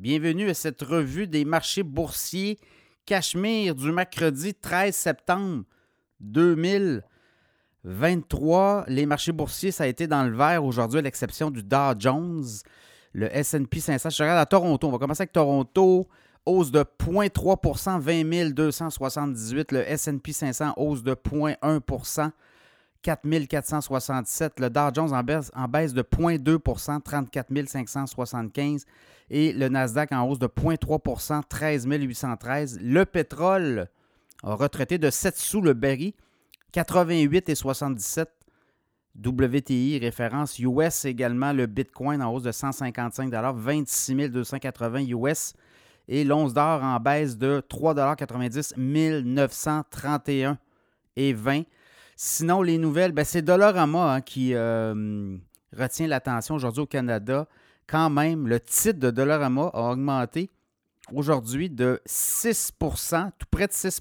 Bienvenue à cette revue des marchés boursiers Cachemire du mercredi 13 septembre 2023. Les marchés boursiers, ça a été dans le vert aujourd'hui à l'exception du Dow Jones. Le S&P 500, je regarde à Toronto. On va commencer avec Toronto. Hausse de 0,3 20 278. Le S&P 500, hausse de 0,1 4 467. Le Dow Jones en baisse de 0,2 34 575. Et le Nasdaq en hausse de 0,3 13 813. Le pétrole a retraité de 7 sous le baril, 88,77. WTI, référence US également. Le Bitcoin en hausse de 155 26 280 US. Et l'once d'or en baisse de 3,90 1931,20. Sinon, les nouvelles, c'est Dollarama qui retient l'attention aujourd'hui au Canada. Quand même, le titre de Dollarama a augmenté aujourd'hui de 6 tout près de 6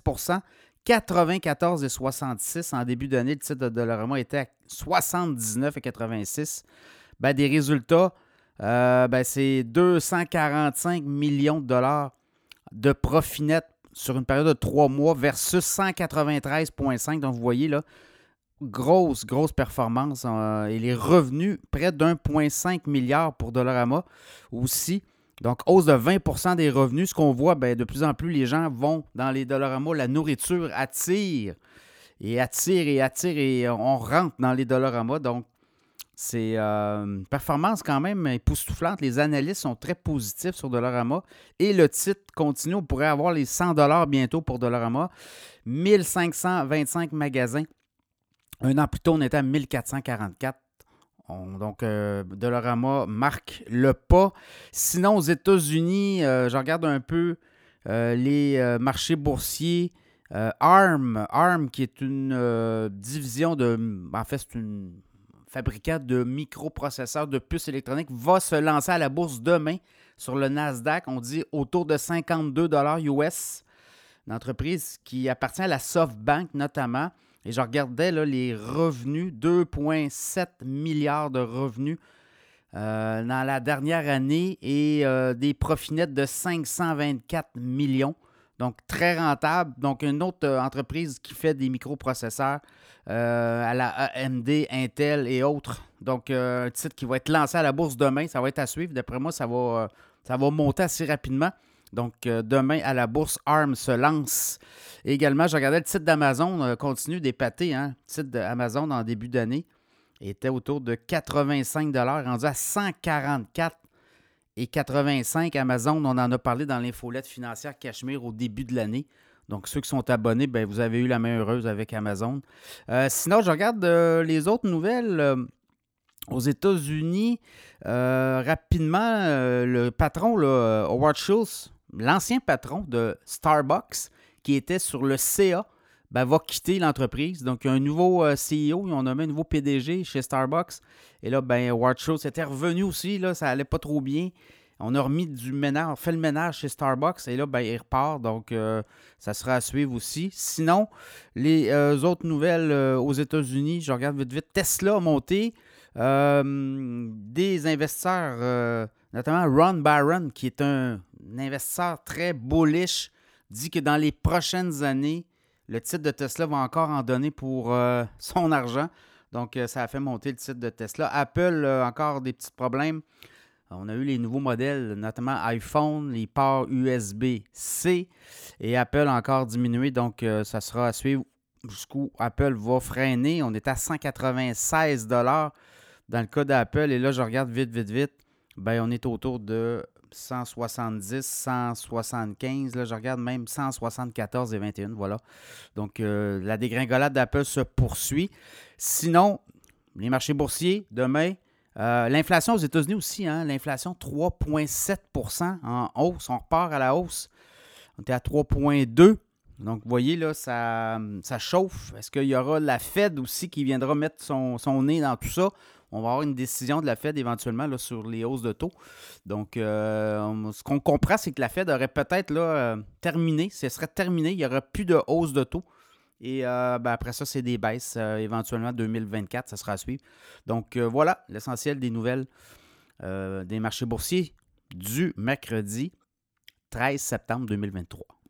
94,66 en début d'année. Le titre de Dollarama était à 79,86. Des résultats, c'est 245 millions de dollars de profit net sur une période de 3 mois versus 193,5. Donc, vous voyez là, grosse performance. Et les revenus, près d'1,5 milliard pour Dollarama aussi. Donc, hausse de 20 des revenus. Ce qu'on voit, de plus en plus, les gens vont dans les Dollarama. La nourriture attire et on rentre dans les Dollarama. Donc, c'est une performance quand même époustouflante. Les analystes sont très positifs sur Dollarama. Et le titre continue. On pourrait avoir les 100 $ bientôt pour Dollarama. 1525 magasins. Un an plus tôt, on était à 1444. Donc, Dollarama marque le pas. Sinon, aux États-Unis, je regarde un peu les marchés boursiers. ARM, qui est une division de... En fait, c'est une fabricant de microprocesseurs de puces électroniques, va se lancer à la bourse demain sur le Nasdaq. On dit autour de 52 $ US. Une entreprise qui appartient à la SoftBank notamment. Et je regardais là, les revenus, 2,7 milliards de revenus dans la dernière année et des profits nets de 524 millions. Donc, très rentable. Donc, une autre entreprise qui fait des microprocesseurs à la AMD, Intel et autres. Donc, un titre qui va être lancé à la bourse demain. Ça va être à suivre. D'après moi, ça va monter assez rapidement. Donc, demain, à la bourse, ARM se lance. Et également, je regardais le titre d'Amazon continue d'épater. Le titre d'Amazon en début d'année était autour de 85 $, rendu à 144,85 Amazon. On en a parlé dans l'infolette financière Cachemire au début de l'année. Donc, ceux qui sont abonnés, vous avez eu la main heureuse avec Amazon. Sinon, je regarde les autres nouvelles. Aux États-Unis, rapidement, le patron, Howard Schultz, l'ancien patron de Starbucks, qui était sur le CA, va quitter l'entreprise. Donc, il y a un nouveau CEO, ils ont nommé un nouveau PDG chez Starbucks. Et là, Howard Schultz était revenu aussi, là, ça allait pas trop bien. On a remis du ménage, on fait le ménage chez Starbucks et là, il repart. Donc, ça sera à suivre aussi. Sinon, les autres nouvelles aux États-Unis, je regarde vite. Tesla a monté. Des investisseurs, notamment Ron Barron, qui est un investisseur très bullish, dit que dans les prochaines années, le titre de Tesla va encore en donner pour son argent. Donc, ça a fait monter le titre de Tesla. Apple, encore des petits problèmes. On a eu les nouveaux modèles, notamment iPhone, les ports USB-C. Et Apple a encore diminué. Donc, ça sera à suivre jusqu'où Apple va freiner. On est à 196 $ dans le cas d'Apple. Et là, je regarde vite. On est autour de 170, 175. Là, je regarde même 174,21. Voilà. Donc, la dégringolade d'Apple se poursuit. Sinon, les marchés boursiers, demain, l'inflation aux États-Unis aussi. L'inflation, 3,7 % en hausse. On repart à la hausse. On était à 3,2 %. Donc, vous voyez, là, ça chauffe. Est-ce qu'il y aura la Fed aussi qui viendra mettre son nez dans tout ça? On va avoir une décision de la Fed éventuellement là, sur les hausses de taux. Donc, ce qu'on comprend, c'est que la Fed aurait peut-être terminé. Ce serait terminé. Il n'y aurait plus de hausse de taux. Et après ça, c'est des baisses. Éventuellement, 2024, ça sera à suivre. Donc, voilà l'essentiel des nouvelles des marchés boursiers. du mercredi 13 septembre 2023.